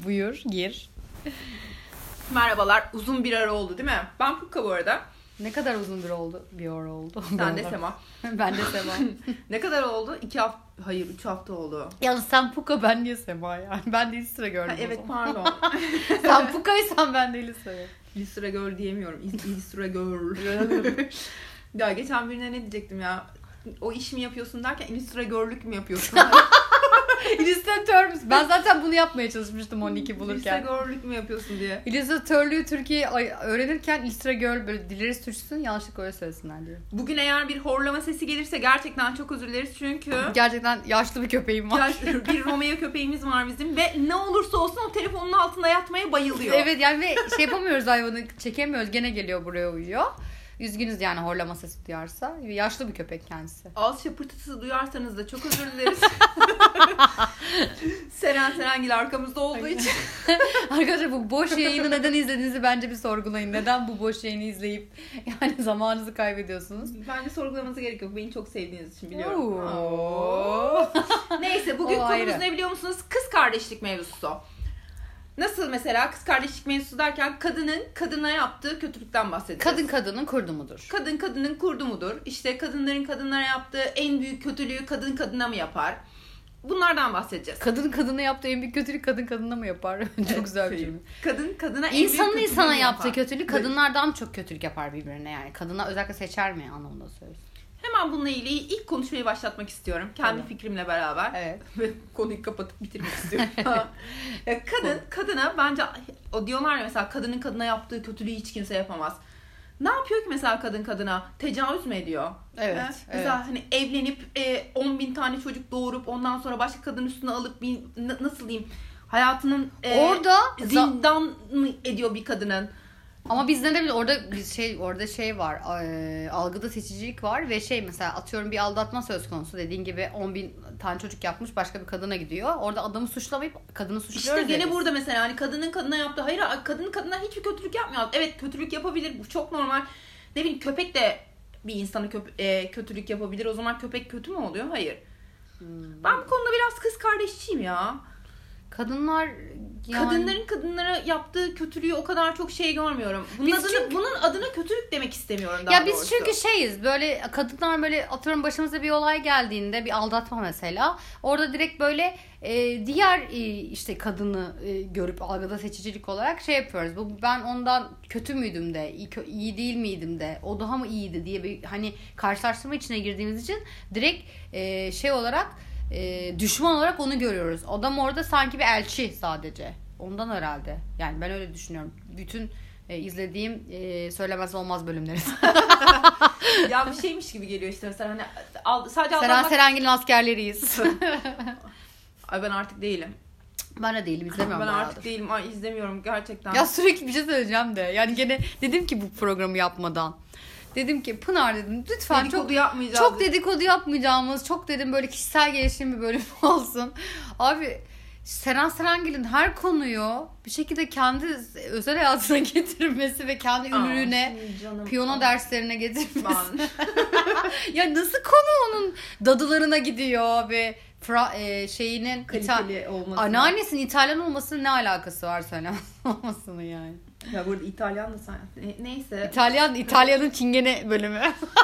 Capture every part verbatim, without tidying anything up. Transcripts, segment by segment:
Buyur, gir. Merhabalar. Uzun bir ara oldu değil mi? Ben Pukka bu arada. Ne kadar uzun bir oldu? Bir ara oldu. Sen de Sema. Ben de Sema. Ne kadar oldu? İki hafta, hayır üç hafta oldu. Yalnız sen Pukka, ben niye Sema yani? Ben de İllistra gördüm. Ha, evet pardon. Sen Pukka'ysan ben de İllistra'yım. İllistra Girl diyemiyorum. İllistra Girl. Ya geçen birine ne diyecektim ya? O iş mi yapıyorsun derken İllistra Girl'lük mü yapıyorsun? İllüstratör müsün? Ben zaten bunu yapmaya çalışmıştım on iki bulurken. İllüstratörlük mü yapıyorsun diye. İllüstratörlüğü Türkiye öğrenirken İllustra Girl böyle dilleri sürçsün, yanlışlıkla öyle söylesinler diyor. Bugün eğer bir horlama sesi gelirse gerçekten çok özür dileriz çünkü... Gerçekten yaşlı bir köpeğim var. Bir Romeo köpeğimiz var bizim ve ne olursa olsun o telefonun altında yatmaya bayılıyor. Evet yani ve şey yapamıyoruz, hayvanı çekemiyoruz, gene geliyor buraya uyuyor. Üzgünüz yani horlama sesi duyarsa. Yaşlı bir köpek kendisi. Ağız şapırtısı duyarsanız da çok özür dileriz. Seren Serengil arkamızda olduğu için. Arkadaşlar bu boş yayını neden izlediğinizi bence bir sorgulayın. Neden bu boş yayını izleyip yani zamanınızı kaybediyorsunuz? Bence sorgulamanıza gerek yok. Beni çok sevdiğiniz için biliyorum. Oo. Neyse bugün O konumuz ayrı. ne biliyor musunuz? Kız kardeşlik mevzusu. Nasıl mesela kız kardeşlik mevzusu derken kadının kadına yaptığı kötülükten bahsedeceğiz. Kadın kadının kurdu mudur? Kadın kadının kurdu mudur? İşte kadınların kadınlara yaptığı en büyük kötülüğü kadın kadına mı yapar? Bunlardan bahsedeceğiz. Kadın kadına yaptığı en büyük kötülük kadın kadına mı yapar? Çok Evet, güzel bir şey. cümle. Kadın kadına en İnsanın büyük insana kötülüğü yaptığı yapar. kötülük kadınlardan çok kötülük yapar birbirine yani. Kadınlar özellikle seçer mi anlamında söylüyorsun. Hemen bununla ilgili ilk konuşmayı başlatmak istiyorum. Kendi Tamam. fikrimle beraber. Evet. Ve konuyu kapatıp bitirmek istiyorum. Ya kadın, kadına bence o diyorlar ya mesela kadının kadına yaptığı kötülüğü hiç kimse yapamaz. Ne yapıyor ki mesela kadın kadına? Tecavüz mü ediyor? Evet. He? evet. Mesela hani evlenip e, on bin tane çocuk doğurup ondan sonra başka kadın üstüne alıp bir, n- nasıl diyeyim hayatının e, Orada zindan mı ediyor bir kadının? ama bizde de orada bir şey orada şey var, e, algıda seçicilik var ve şey mesela atıyorum bir aldatma söz konusu, dediğin gibi on bin tane çocuk yapmış başka bir kadına gidiyor. Orada adamı suçlamayıp kadını suçluyoruz. İşte gene deriz. burada mesela hani kadının kadına yaptığı, hayır kadın kadına hiçbir kötülük yapmıyor. Evet kötülük yapabilir, bu çok normal. Ne bileyim köpek de bir insana köp- e, kötülük yapabilir. O zaman köpek kötü mü oluyor? Hayır. Hmm. Ben bu konuda biraz kız kardeşçiyim ya. Kadınlar yani... Kadınların kadınlara yaptığı kötülüğü o kadar çok şey görmüyorum. Bunun Biz adına, çünkü- bunun adına kötülük demek istemiyorum daha Ya biz doğrusu. çünkü şeyiz böyle, kadınlar böyle atıyorum başımıza bir olay geldiğinde, bir aldatma mesela, orada direkt böyle e, diğer e, işte kadını e, görüp algıda seçicilik olarak şey yapıyoruz. Bu ben ondan kötü müydüm de iyi, iyi değil miydim de o daha mı iyiydi diye bir hani karşılaştırma içine girdiğimiz için direkt e, şey olarak e, düşman olarak onu görüyoruz. Adam orada sanki bir elçi sadece. Ondan herhalde. Yani ben öyle düşünüyorum. Bütün e, izlediğim e, söylemez olmaz bölümleri. Ya bir şeymiş gibi geliyor işte mesela hani al, sadece Seren aldatmak... Serengil'in askerleriyiz. Ay ben artık değilim. Ben de değilim, izlemiyorum Ben bayağıdır. artık değilim. Ay izlemiyorum gerçekten. Ya sürekli bir şey söyleyeceğim de. Yani gene dedim ki bu programı yapmadan. Dedim ki Pınar dedim lütfen dedikodu çok yapmayacağız. çok dedikodu yapmayacağımız, çok dedim böyle kişisel gelişim bir bölüm olsun. Abi Seren Serengil'in her konuyu bir şekilde kendi özel hayatına getirmesi ve kendi ünlüğüne, canım, piyano ah, derslerine getirmesi. ben. Ya nasıl konu onun dadılarına gidiyor abi? Fra, e, şeyinin Kaliteli olması. anneannesinin İtalyan olmasının ne alakası var söylemez olmasının yani. Ya burada İtalyan da sen. Ne- neyse. İtalyan İtalya'nın Çingene bölümü.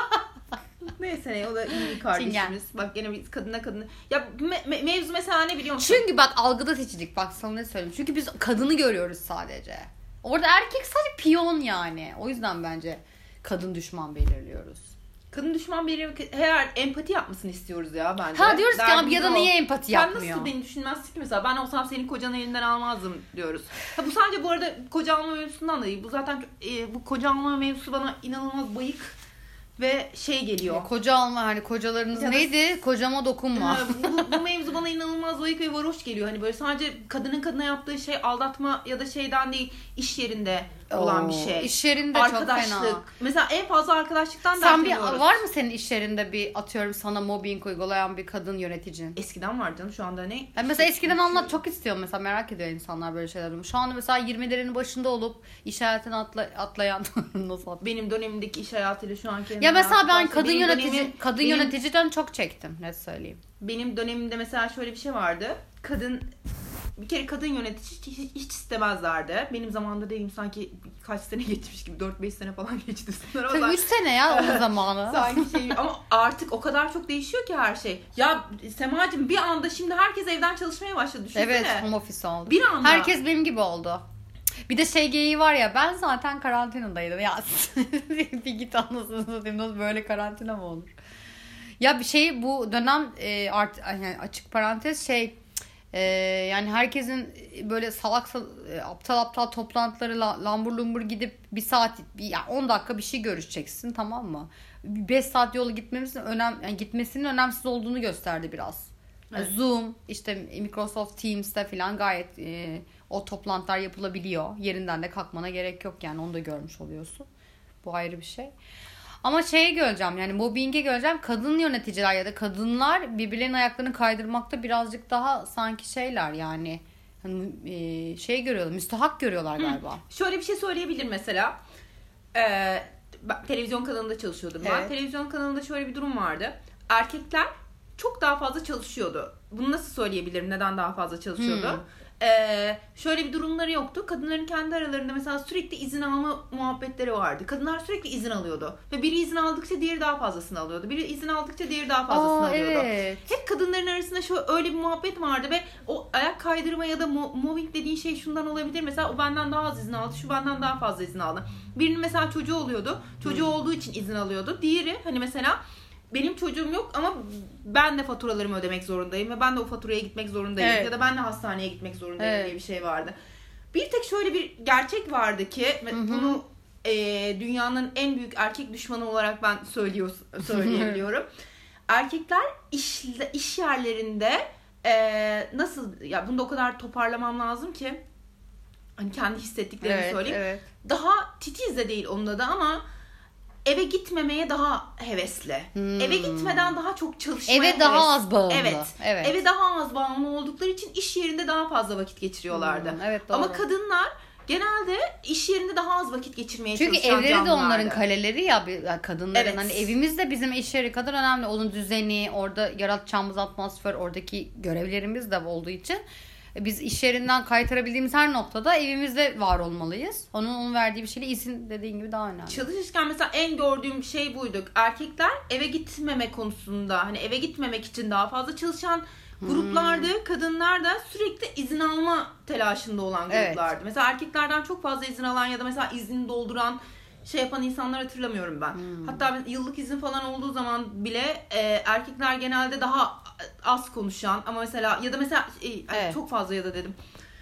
Neyse ne o da iyi bir kardeşimiz. Bak gene biz kadına kadına. Ya me- me- mevzu mesela ne biliyor musun? Çünkü bak algıda seçicilik, bak sana ne söyleyeyim. Çünkü biz kadını görüyoruz sadece. Orada erkek sadece piyon yani. O yüzden bence kadın düşman belirliyoruz. Kadın düşman biri eğer empati yapmasını istiyoruz ya bence. Ha diyoruz ki abi Derdimiz ya da o. niye empati Sen yapmıyor? nasıl beni düşünmezsin ki mesela ben olsam senin kocanı elinden almazdım diyoruz. Ha bu sadece bu arada koca alma mevzusundan da değil. Bu zaten e, bu koca alma mevzusu bana inanılmaz bayık ve şey geliyor. Ya koca alma, hani kocalarınız Ya da- neydi? Kocama dokunma. Ha, bu, bu mevzu bana inanılmaz bayık ve varoş geliyor. Hani böyle sadece kadının kadına yaptığı şey aldatma ya da şeyden değil, iş yerinde olan Oo, bir şey. İş yerinde çok Arkadaşlık. fena. Mesela en fazla arkadaşlıktan Sen bir bahsediyoruz. var mı senin iş yerinde bir atıyorum sana mobbing uygulayan bir kadın yöneticin? Eskiden var canım şu anda ne? Yani mesela eskiden anlat, çok istiyorum mesela, merak ediyor insanlar böyle şeyler. Şu anda mesela yirmilerin başında olup iş hayatına atla, atlayan nasıl atlayan? Benim dönemimdeki iş hayatıyla şu anki Ya mesela ben hayatı kadın benim yönetici dönemim- kadın benim, yöneticiden çok çektim, net söyleyeyim. benim dönemimde mesela şöyle bir şey vardı. Kadın bir kere kadın yönetici hiç, hiç istemezlerdi. Benim zamanımda değilim, sanki kaç sene geçmiş gibi, dört beş sene falan geçti sanırım. Tabii üç sene ya o zamanı. Sanki şey, ama artık o kadar çok değişiyor ki her şey. Ya Semacığım, bir anda şimdi herkes evden çalışmaya başladı, düşünsene. Evet, home office oldu. Bir anda. Herkes benim gibi oldu. Bir de şey geyiği var ya, ben zaten karantinadaydım. Ya bir git anlasını satayım, nasıl böyle karantina mı olur? Ya bir şey, bu dönem e, art, yani açık parantez şey e, yani herkesin böyle salak salak, aptal aptal toplantıları, lambur lumbur gidip bir saat yani on dakika bir şey görüşeceksin, tamam mı? beş saat yolu gitmemizin önem yani gitmesinin önemsiz olduğunu gösterdi biraz. Evet. Zoom, işte Microsoft Teams'te falan gayet e, o toplantılar yapılabiliyor. Yerinden de kalkmana gerek yok yani, onu da görmüş oluyorsun. Bu ayrı bir şey. Ama şeye göreceğim, yani mobbinge göreceğim. Kadın yöneticiler ya da kadınlar birbirlerinin ayaklarını kaydırmakta birazcık daha sanki şeyler yani. Hani e, şey görüyorlar, müstahak görüyorlar galiba. Hı. Şöyle bir şey söyleyebilir mesela. Ee, ben, televizyon kanalında çalışıyordum ben. Evet. Televizyon kanalında şöyle bir durum vardı. Erkekler çok daha fazla çalışıyordu. Bunu nasıl söyleyebilirim? Neden daha fazla çalışıyordu? Hmm. Ee, şöyle bir durumları yoktu. Kadınların kendi aralarında mesela sürekli izin alma muhabbetleri vardı. Kadınlar sürekli izin alıyordu. Ve biri izin aldıkça diğeri daha fazlasını alıyordu. Biri izin aldıkça diğeri daha fazlasını Aa, alıyordu. Evet. Hep kadınların arasında şöyle öyle bir muhabbet vardı ve o ayak kaydırma ya da mobbing dediğin şey şundan olabilir. Mesela o benden daha az izin aldı, şu benden daha fazla izin aldı. Birinin mesela çocuğu oluyordu. Çocuğu hmm. olduğu için izin alıyordu. Diğeri hani mesela benim çocuğum yok ama ben de faturalarımı ödemek zorundayım ve ben de o faturaya gitmek zorundayım. Evet. Ya da ben de hastaneye gitmek zorundayım evet. diye bir şey vardı. Bir tek şöyle bir gerçek vardı ki Hı-hı. bunu e, dünyanın en büyük erkek düşmanı olarak ben söylüyor, söyleyebiliyorum. Erkekler iş, iş yerlerinde e, nasıl, ya bunu da o kadar toparlamam lazım ki hani kendi hissettiklerimi evet, söyleyeyim. Evet. Daha titiz de değil onunla da ama eve gitmemeye daha hevesli. Hmm. Eve gitmeden daha çok çalışmaya Eve hevesli. daha az bağımlı. Evet. evet. Eve daha az bağımlı oldukları için iş yerinde daha fazla vakit geçiriyorlardı. Hmm, evet, doğru. Ama kadınlar genelde iş yerinde daha az vakit geçirmeye Çünkü çalışan evleri canlılardı. de onların kaleleri ya, kadınların. Evet. Hani evimiz de bizim iş yeri kadar önemli. Onun düzeni, orada yaratacağımız atmosfer, oradaki görevlerimiz de olduğu için biz iş yerinden kaytarabildiğimiz her noktada evimizde var olmalıyız. Onun onun verdiği bir şeyle izin dediğin gibi daha önemli. Çalışırken mesela en gördüğüm şey buydu. Erkekler eve gitmeme konusunda, hani eve gitmemek için daha fazla çalışan gruplardı. Hmm. Kadınlar da sürekli izin alma telaşında olan gruplardı. Evet. Mesela erkeklerden çok fazla izin alan ya da mesela izni dolduran, şey yapan insanlar hatırlamıyorum ben. Hmm. Hatta yıllık izin falan olduğu zaman bile e, erkekler genelde daha az konuşan ama mesela ya da mesela e, evet. çok fazla ya da dedim.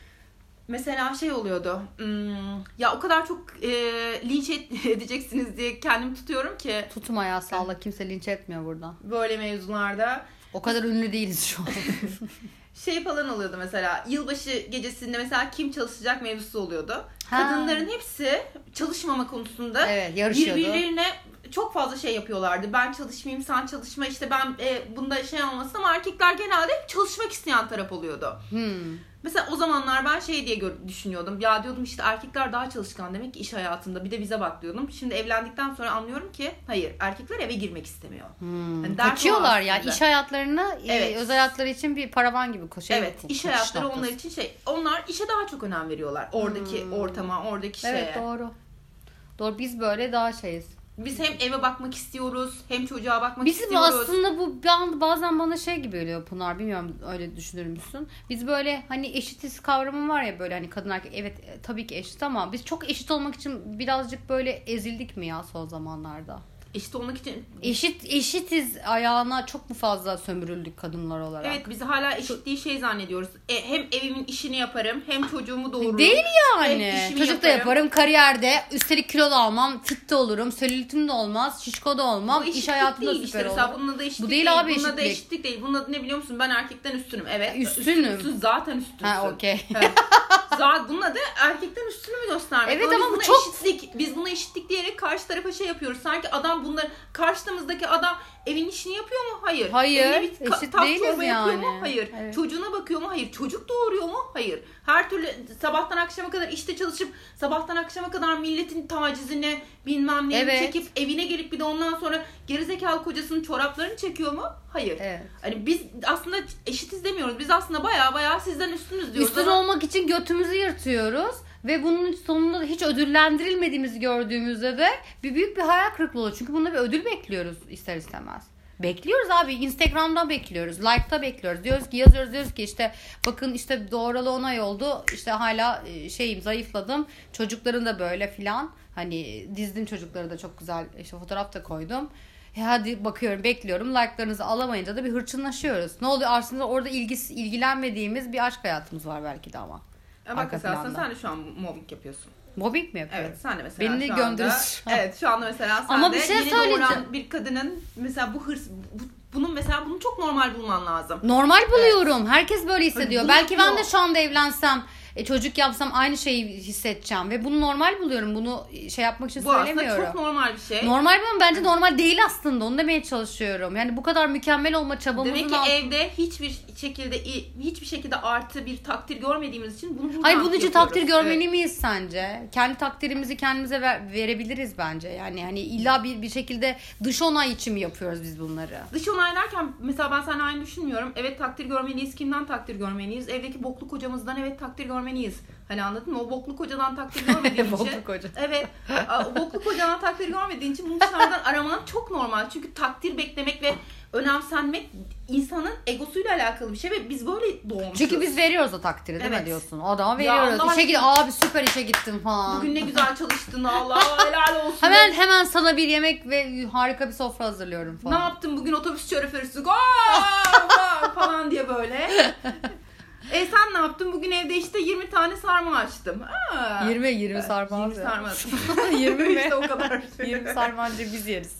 Mesela şey oluyordu. Hmm, ya o kadar çok e, linç edeceksiniz diye kendimi tutuyorum ki. Tutma ya, sağla, kimse linç etmiyor buradan. Böyle mevzularda. O kadar ünlü değiliz şu an. Şey falan oluyordu mesela, yılbaşı gecesinde mesela kim çalışacak mevzusu oluyordu. Ha. Kadınların hepsi çalışmama konusunda evet, yarışıyordu. Birbirlerine çok fazla şey yapıyorlardı. Ben çalışmayayım, sen çalışma, işte ben e, bunda şey olmasın, ama erkekler genelde çalışmak isteyen taraf oluyordu. Hmm. Mesela o zamanlar ben şey diye düşünüyordum. Ya diyordum işte erkekler daha çalışkan demek ki iş hayatında. Bir de bize bak diyordum. Şimdi evlendikten sonra anlıyorum ki hayır, erkekler eve girmek istemiyor. Hmm. Yani kaçıyorlar ya iş hayatlarını, evet. e, özel hayatları için bir paravan gibi koşuyor. Evet, iş hayatları noktası. Onlar için şey. Onlar işe daha çok önem veriyorlar. Oradaki hmm. ortama, oradaki şeye. Evet, doğru. Doğru, biz böyle daha şeyiz. Biz hem eve bakmak istiyoruz, hem çocuğa bakmak Bizim istiyoruz. Bizim aslında bu bazen bana şey gibi geliyor Pınar, bilmiyorum öyle düşünür müsün? Biz böyle hani eşitiz kavramı var ya, böyle hani kadın erkek, evet tabii ki eşit ama biz çok eşit olmak için birazcık böyle ezildik mi ya son zamanlarda? Eşit olmak için... Eşit eşitiz ayağına çok mu fazla sömürüldük kadınlar olarak? Evet, biz hala eşitliği şey zannediyoruz. E, hem evimin işini yaparım, hem çocuğumu doğururum. Değil yani. Çocuk da yaparım, kariyerde, üstelik kilo da almam, fit de olurum, selülitim de olmaz, şişko da olmam, iş hayatında süper işte. olur. Bunun da eşitlik Bu değil, değil abi, bunun eşitlik. da eşitlik değil. Bunun adı ne biliyor musun? Ben erkekten üstünüm. Evet. Üstünüm. Üstünsün, zaten üstünsün. Ha, okey. Evet. Zaten bunun adı erkekten üstünü mü göstermek? Evet, ama bu çok... eşitlik, biz buna eşitlik diyerek karşı tarafa şey yapıyoruz. Sanki adam bunları, karşımızdaki adam Evin işini yapıyor mu? Hayır. Hayır. Evine bir ka- Eşit tas değiliz çorba yani. yapıyor mu? Hayır. Evet. Çocuğuna bakıyor mu? Hayır. Çocuk doğuruyor mu? Hayır. Her türlü sabahtan akşama kadar işte çalışıp sabahtan akşama kadar milletin tacizini bilmem neyi Evet. çekip evine gelip bir de ondan sonra gerizekalı kocasının çoraplarını çekiyor mu? Hayır. Evet. Hani biz aslında eşitiz demiyoruz. Biz aslında baya baya sizden üstünüz diyoruz. Üstün Ama olmak için götümüzü yırtıyoruz. Ve bunun sonunda da hiç ödüllendirilmediğimizi gördüğümüzde de bir büyük bir hayal kırıklığı oluyor. Çünkü bunda bir ödül bekliyoruz ister istemez. Bekliyoruz abi. Instagram'da bekliyoruz. Like'ta bekliyoruz. Diyoruz ki yazıyoruz diyoruz ki işte bakın işte doğuralı on ay oldu. İşte hala şeyim zayıfladım. Çocukların da böyle filan. Hani dizdim çocukları da çok güzel işte fotoğraf da koydum. E hadi bakıyorum bekliyorum. Like'larınızı alamayınca da bir hırçınlaşıyoruz. Ne oluyor? Aslında orada ilgisi, ilgilenmediğimiz bir aşk hayatımız var belki de ama. Ama bak mesela sen, sen de şu an mobbing yapıyorsun. Mobbing mi yapıyorum? Evet sen de mesela Beni şu gönderiyorsun. anda, evet şu anda mesela sen Ama de bir şey yeni söyleyeceğim. doğuran bir kadının mesela bu hırs bu, bunun mesela bunu çok normal bulman lazım. Normal buluyorum. Evet. Herkes böyle hissediyor. Bunu Belki yapıyor. ben de şu anda evlensem e, çocuk yapsam aynı şeyi hissedeceğim ve bunu normal buluyorum. Bunu şey yapmak için bu söylemiyorum. Bu aslında çok normal bir şey. Normal ama bence normal değil aslında. Onu demeye çalışıyorum. Yani bu kadar mükemmel olma çabamızın Demek ki altında... evde hiçbir şekilde hiçbir şekilde artı bir takdir görmediğimiz için bunu Hayır bunun için takdir görmeli evet. miyiz sence? Kendi takdirimizi kendimize ver, verebiliriz bence. Yani hani illa bir bir şekilde dış onay için mi yapıyoruz biz bunları? Dış onay derken mesela ben seninle aynı düşünmüyorum. Evet takdir görmeliyiz. Kimden takdir görmeliyiz? Evdeki boklu kocamızdan evet takdir görmeliyiz. Hani anladın mı? O boklu kocadan takdir görmediğin için. Boklu koca. Evet. O boklu kocadan takdir görmediğin için bunu dışarıdan araman çok normal. Çünkü takdir beklemek ve önemsenmek insanın egosuyla alakalı bir şey ve biz böyle doğmuşuz. Çünkü biz veriyoruz o takdiri değil evet. mi diyorsun? O adama veriyoruz. Allah İşe git abi süper işe gittin falan. Bugün ne güzel çalıştın Allah helal olsun. Hemen hemen sana bir yemek ve harika bir sofra hazırlıyorum falan. Ne yaptın bugün otobüs şoförüsün falan diye böyle. E sen ne yaptın? Bugün evde işte yirmi tane sarma açtım. Aa. yirmi yirmi sarma. yirmi sarma. yirmi mi? İşte o kadar. yirmi sarma anca biz yeriz.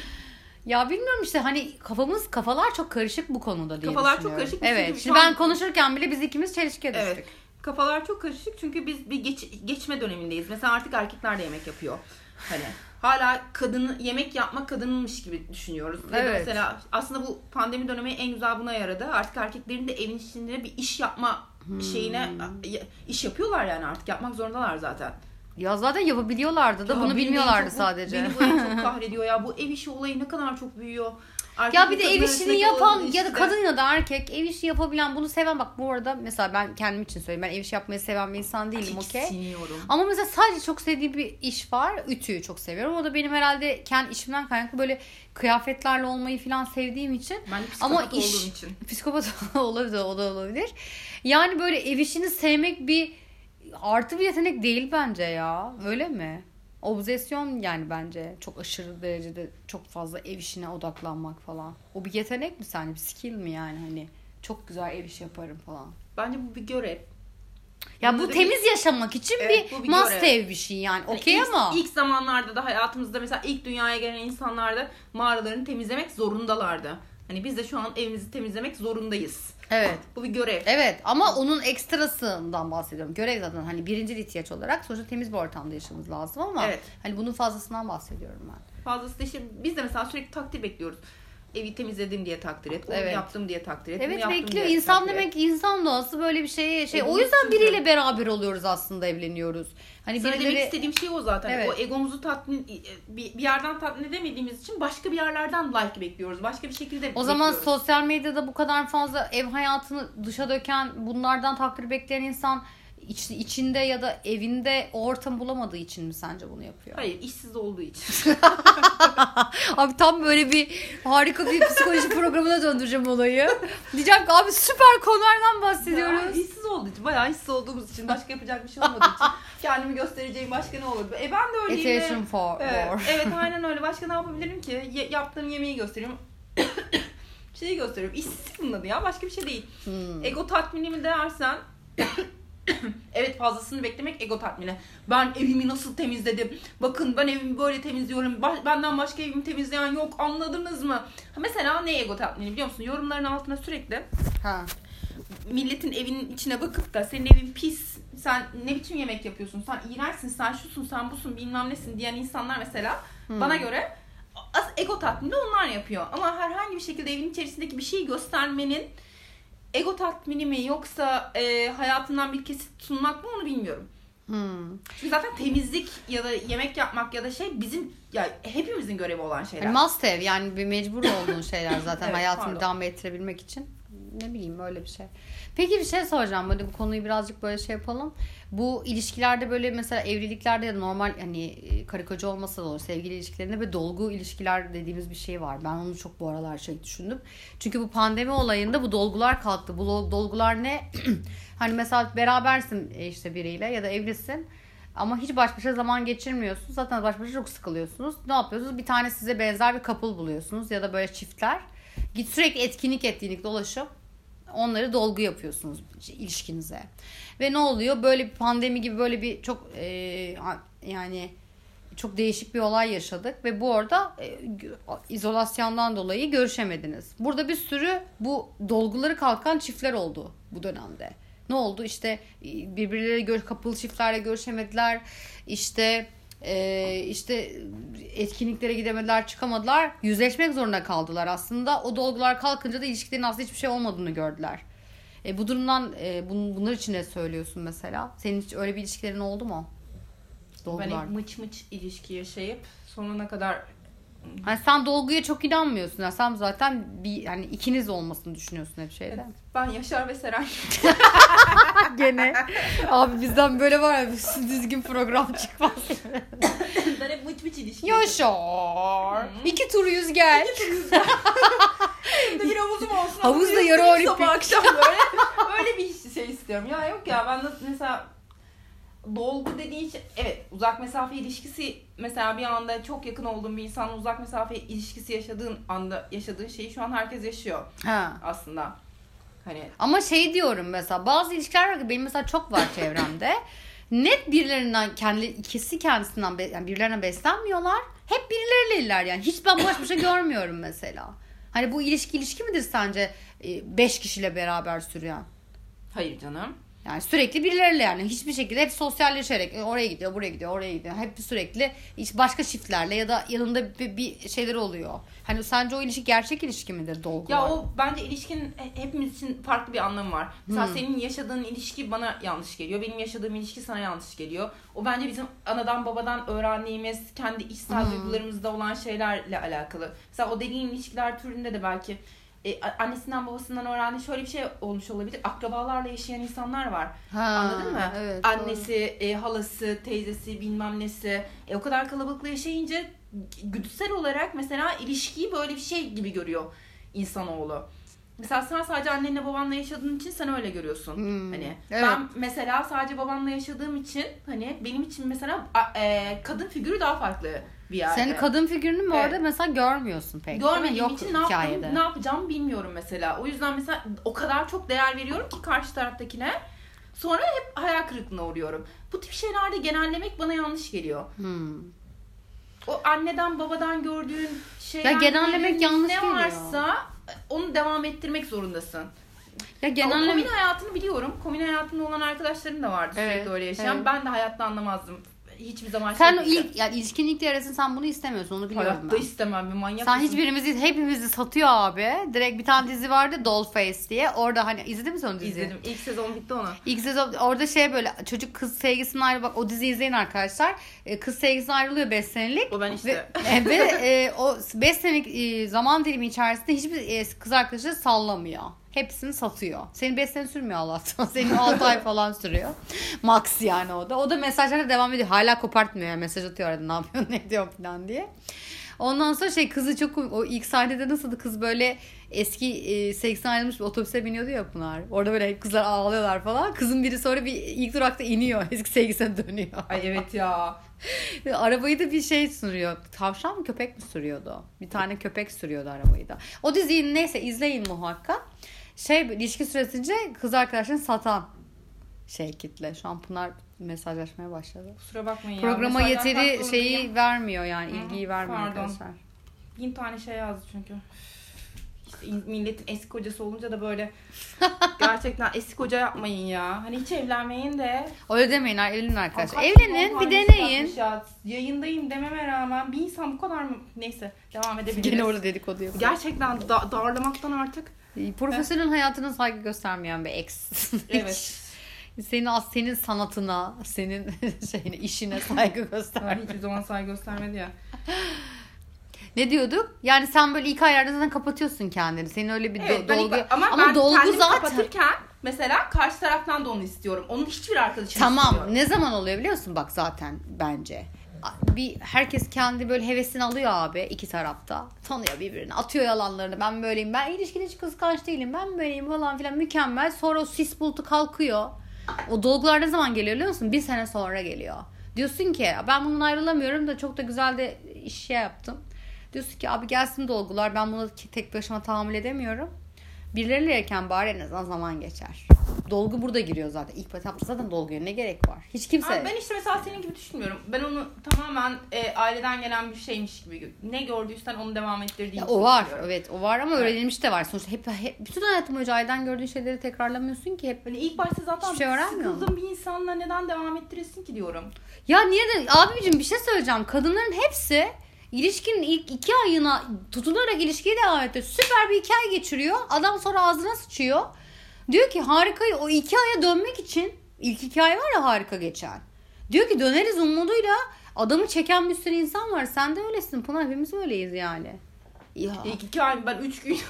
Ya bilmiyorum işte hani kafamız kafalar çok karışık bu konuda diye Kafalar düşünüyorum. çok karışık. Evet. Şimdi ben konuşurken bile biz ikimiz çelişkiye düştük. Evet. Kafalar çok karışık çünkü biz bir geç, geçme dönemindeyiz. Mesela artık erkekler de yemek yapıyor. Hani hala kadını yemek yapmak kadınmış gibi düşünüyoruz. Evet. Mesela aslında bu pandemi dönemi en güzel buna yaradı. Artık erkeklerin de evin içinde bir iş yapma hmm. şeyine iş yapıyorlar yani artık yapmak zorundalar zaten. Ya zaten yapabiliyorlardı da ya bunu bilmiyorlardı çok, sadece. Beni bu en çok kahrediyor ya. Bu ev işi olayı ne kadar çok büyüyor. Erkek ya bir de ev işini yapan işte. Ya da kadın ya da erkek ev işi yapabilen bunu seven bak bu arada mesela ben kendim için söyleyeyim ben ev işi yapmayı seven bir insan değilim okey. Ama mesela sadece çok sevdiğim bir iş var ütüyü çok seviyorum o da benim herhalde kendi işimden kaynaklı böyle kıyafetlerle olmayı falan sevdiğim için. Ben de psikopat ama iş, olduğum için. Psikopat olabilir o da olabilir. Yani böyle ev işini sevmek bir artı bir yetenek değil bence ya öyle mi? Obsesyon yani bence çok aşırı derecede çok fazla ev işine odaklanmak falan. O bir yetenek mi sence? Bir skill mi yani hani çok güzel ev işi yaparım falan. Bence bu bir görev. Ya Bunları bu temiz bir, yaşamak için evet, bir, bir must have bir şey yani. yani okey ama. İlk zamanlarda da hayatımızda mesela ilk dünyaya gelen insanlar da mağaralarını temizlemek zorundalardı. Hani biz de şu an evimizi temizlemek zorundayız. Evet. Bu bir görev. Evet ama onun ekstrasından bahsediyorum. Görev zaten hani birinci ihtiyaç olarak sonuçta temiz bir ortamda yaşamamız lazım ama evet. Hani bunun fazlasından bahsediyorum ben. Fazlası da işte biz de mesela sürekli takdir bekliyoruz. Evi temizledim diye takdir et. Onu evet. yaptım diye takdir et. Evet bekliyor. İnsan demek et. insan doğası böyle bir şey. şey. E, o yüzden çünkü. biriyle beraber oluyoruz aslında evleniyoruz. Hani Sana birileri... demek istediğim şey o zaten. Evet. O egomuzu tatmin bir yerden tatmin edemediğimiz için başka bir yerlerden like bekliyoruz. Başka bir şekilde O bekliyoruz. zaman sosyal medyada bu kadar fazla ev hayatını dışa döken bunlardan takdir bekleyen insan iç, içinde ya da evinde o ortam bulamadığı için mi sence bunu yapıyor? Hayır, işsiz olduğu için. Abi tam böyle bir harika bir psikoloji programına döndüreceğim olayı. Diyeceğim ki abi süper konulardan bahsediyoruz. Ya, işsiz olduğu için, bayağı işsiz olduğumuz için, başka yapacak bir şey olmadığı için kendimi göstereceğim başka ne olur? E ben de öyleyim. Attention for evet, more. evet aynen öyle. Başka ne yapabilirim ki? Ye- yaptığım yemeği gösteriyorum. Şeyi gösteriyorum. İşsizlik bunun adı ya. Başka bir şey değil. Hmm. Ego tatminimi dersen evet fazlasını beklemek ego tatmini. Ben evimi nasıl temizledim? Bakın ben evimi böyle temizliyorum. Baş, benden başka evimi temizleyen yok. Anladınız mı? Mesela ne ego tatmini biliyor musun? Yorumların altına sürekli ha. milletin evinin içine bakıp da senin evin pis, sen ne biçim yemek yapıyorsun, sen iğrençsin, sen şusun, sen busun, bilmem nesin diyen insanlar mesela hmm. bana göre as ego tatmini onlar yapıyor. Ama herhangi bir şekilde evin içerisindeki bir şeyi göstermenin ego tatmini mi yoksa e, hayatından bir kesit sunmak mı onu bilmiyorum. Hmm. Çünkü zaten temizlik ya da yemek yapmak ya da şey bizim ya hepimizin görevi olan şeyler. Yani must have, yani bir mecbur olduğun şeyler zaten Evet, hayatını pardon. devam ettirebilmek için. Ne bileyim, öyle bir şey. Peki bir şey soracağım, böyle bu konuyu birazcık böyle şey yapalım. Bu ilişkilerde böyle mesela evliliklerde ya da normal hani karı koca olmasa da olur, sevgili ilişkilerinde böyle dolgu ilişkiler dediğimiz bir şey var. Ben onu çok bu aralar şey düşündüm. Çünkü bu pandemi olayında bu dolgular kalktı. Bu dolgular ne? Hani mesela berabersin işte biriyle ya da evlisin. Ama hiç baş başa zaman geçirmiyorsunuz. Zaten baş başa çok sıkılıyorsunuz. Ne yapıyorsunuz? Bir tane size benzer bir couple buluyorsunuz ya da böyle çiftler. Git sürekli etkinlik etkinlik dolaşıp onları dolgu yapıyorsunuz ilişkinize. Ve ne oluyor? Böyle bir pandemi gibi böyle bir çok e, yani çok değişik bir olay yaşadık ve bu arada e, izolasyondan dolayı görüşemediniz. Burada bir sürü bu dolguları kalkan çiftler oldu bu dönemde. Ne oldu? İşte birbirleriyle gör, kapalı çiftlerle görüşemediler. İşte e, işte etkinliklere gidemediler, çıkamadılar. Yüzleşmek zorunda kaldılar aslında. O dolgular kalkınca da ilişkilerin aslında hiçbir şey olmadığını gördüler. E, bu durumdan e, bun, bunlar için ne söylüyorsun mesela? Senin hiç öyle bir ilişkilerin oldu mu? Dolgular. Ben hep mıç mıç ilişki yaşayıp sonuna kadar. Hani sen dolguya çok inanmıyorsun. Yani sen zaten bir hani ikiniz olmasını düşünüyorsun hep şeyde. Evet, ben Yaşar ve Seren. Gene. Abi bizden böyle var ya, düzgün program çıkmaz. Ben hep mıç mıç ilişki. Yaşar. İki tur yüz gel. Bir havuzum olsun. Havuz da yarı olimpik. Sabah akşam böyle. Öyle bir şey istiyorum. Ya yok ya, ben de mesela dolgu dediğin şey, evet, uzak mesafe ilişkisi mesela bir anda çok yakın olduğun bir insanla uzak mesafe ilişkisi yaşadığın anda yaşadığın şeyi şu an herkes yaşıyor. Ha. Aslında. Hani ama şey diyorum, mesela bazı ilişkiler var ki benim mesela çok var çevremde. Net birilerinden kendi ikisi kendisinden yani birilerine beslenmiyorlar. Hep birileriyle yani. Hiç ben baş başa görmüyorum mesela. Hani bu ilişki ilişki midir sence beş kişiyle beraber süren? hayır canım. Yani sürekli birileriyle, yani hiçbir şekilde hep sosyalleşerek oraya gidiyor, buraya gidiyor, oraya gidiyor. Hep sürekli hiç başka çiftlerle ya da yanında bir, bir şeyler oluyor. Hani sence o ilişki gerçek ilişki midir dolgular? Ya o bence ilişkinin hepimiz için farklı bir anlamı var. Mesela Hmm. senin yaşadığın ilişki bana yanlış geliyor. Benim yaşadığım ilişki sana yanlış geliyor. O bence bizim anadan babadan öğrendiğimiz, kendi içsel Hmm. duygularımızda olan şeylerle alakalı. Mesela o dediğin ilişkiler türünde de belki e, annesinden babasından öğrendiği şöyle bir şey olmuş olabilir. Akrabalarla yaşayan insanlar var. Ha, Anladın mı? evet, Annesi, e, halası, teyzesi, bilmem nesi. E, o kadar kalabalıkla yaşayınca güdüsel olarak mesela ilişkiyi böyle bir şey gibi görüyor insanoğlu. Mesela sen sadece annenle babanla yaşadığın için sen öyle görüyorsun. Hmm, Hani evet. ben mesela sadece babamla yaşadığım için hani benim için mesela e, kadın figürü daha farklı bir yerde. Senin kadın figürünü mü Evet. orada mesela görmüyorsun pek. Görmediğim Yok için ne, hikayede. yaptım, ne yapacağımı bilmiyorum mesela. O yüzden mesela o kadar çok değer veriyorum ki karşı taraftakine. Sonra hep hayal kırıklığına uğruyorum. Bu tip şeylerde genellemek bana yanlış geliyor. Hmm. O anneden babadan gördüğün şeyler, Ya genellemek yanlış ne geliyor. varsa onu devam ettirmek zorundasın. Ya Ama genelde komün hayatını biliyorum. Komün hayatında olan arkadaşlarım da vardı Evet, sürekli öyle yaşayan. evet. Ben de hayatta anlamazdım. Hiçbir zaman sen şey o ilk yani ilişkinin ilk devresinde sen bunu istemiyorsun, onu biliyorum hayatta ben. istemem, bir manyak Sen mısın? hiçbirimizi, hepimizi satıyor abi. Direkt bir tane dizi vardı, Dollface diye. Orada hani izledin mi sen o diziyi? İzledim. İlk sezon bitti ona. İlk sezon orada şey böyle çocuk kız sevgisinden ayrı, bak o diziyi izleyin arkadaşlar. E, Kız sevgisinden ayrılıyor beş senelik. O ben işte. Ve, e, ve e, o beş senelik e, zaman dilimi içerisinde hiçbir e, kız arkadaşı sallamıyor. Hepsini satıyor. Senin beş sene sürmüyor Allah'tan. Senin altı ay falan sürüyor. Max yani o da. O da mesajlara devam ediyor. Hala kopartmıyor yani. Mesaj atıyor arada, ne yapıyorsun, ne diyor falan diye. Ondan sonra şey kızı çok, o ilk sahnede nasıldı, kız böyle eski e, sevgisinden ayrılmış bir otobüse biniyordu ya Pınar. Orada böyle kızlar ağlıyorlar falan. Kızın biri sonra bir ilk durakta iniyor. Eski sevgisine dönüyor. Ay evet ya. Arabayı da bir şey sürüyor. Tavşan mı köpek mi sürüyordu? Bir tane köpek sürüyordu arabayı da. O diziyi neyse izleyin muhakkak. Şey ilişki süresince kız arkadaşını satan şey kitle. Şu an Pınar mesajlaşmaya başladı. Kusura bakmayın ya. Programa Mesajlar yeteri farklı şeyi oluyor. vermiyor yani, Hı, ilgiyi vermiyor pardon. arkadaşlar. Bin tane şey yazdı çünkü. İşte milletin eski kocası olunca da böyle gerçekten eski koca yapmayın ya. Hani hiç evlenmeyin de. Öyle demeyin, evlenin arkadaşlar. Kaç Evlenin, bir deneyin. Ya. Yayındayım dememe rağmen bir insan bu kadar mı? Neyse devam edebiliriz. Gene orada dedikodu yapıyor. Gerçekten da- darlamaktan artık. Profesyonel hayatına saygı göstermeyen bir ex. Evet. Senin senin sanatına, senin şeyine, işine saygı göster. Hiçbir zaman saygı göstermedi ya. Ne diyorduk? Yani sen böyle ilk aylarda zaten kapatıyorsun kendini. Senin öyle bir Evet, do- dolgu ilk, ama, ama ben dolgu kendimi zaten kapatırken mesela karşı taraftan da onu istiyorum. Onun hiçbir arkadaşını tamam. istemiyorum. Ne zaman oluyor biliyor musun? Bak zaten bence. Bir herkes kendi böyle hevesini alıyor abi iki tarafta. Tanıyor birbirini. Atıyor yalanlarını. Ben böyleyim. Ben ilişkide hiç kıskanç değilim. Ben böyleyim falan filan. Mükemmel. Sonra o sis bulutu kalkıyor. O dolgular ne zaman geliyor biliyor musun? Bir sene sonra geliyor. Diyorsun ki ben bundan ayrılamıyorum da çok da güzel de iş şey yaptım. Diyorsun ki abi gelsin dolgular. Ben bunu tek başıma tahammül edemiyorum. Birileriyle yerken bari en azından zaman geçer. Dolgu burada giriyor zaten. İlk etapta zaten dolguya ne gerek var? Hiç kimse... Abi ben işte mesela senin gibi düşünmüyorum. Ben onu tamamen e, aileden gelen bir şeymiş gibi. Ne gördüysen onu devam ettirdiğin O var. Evet o var ama evet. Öğrenilmiş de var. Sonuçta hep, hep bütün hayatım boyunca aileden gördüğün şeyleri tekrarlamıyorsun ki. Hep hani ilk başta zaten şey sıkıldığın bir insanla neden devam ettiresin ki diyorum. Ya niye de abicim bir şey söyleyeceğim. Kadınların hepsi İlişkinin ilk iki ayına tutunarak ilişkiye devam ediyor. Süper bir iki ay geçiriyor. Adam sonra ağzına sıçıyor. Diyor ki harika, o iki aya dönmek için ilk iki ay var ya harika geçen. Diyor ki döneriz umuduyla adamı çeken bir sürü insan var. Sen de öylesin Pınar, hepimiz öyleyiz yani. Ya. İlk iki ay ben üç gün.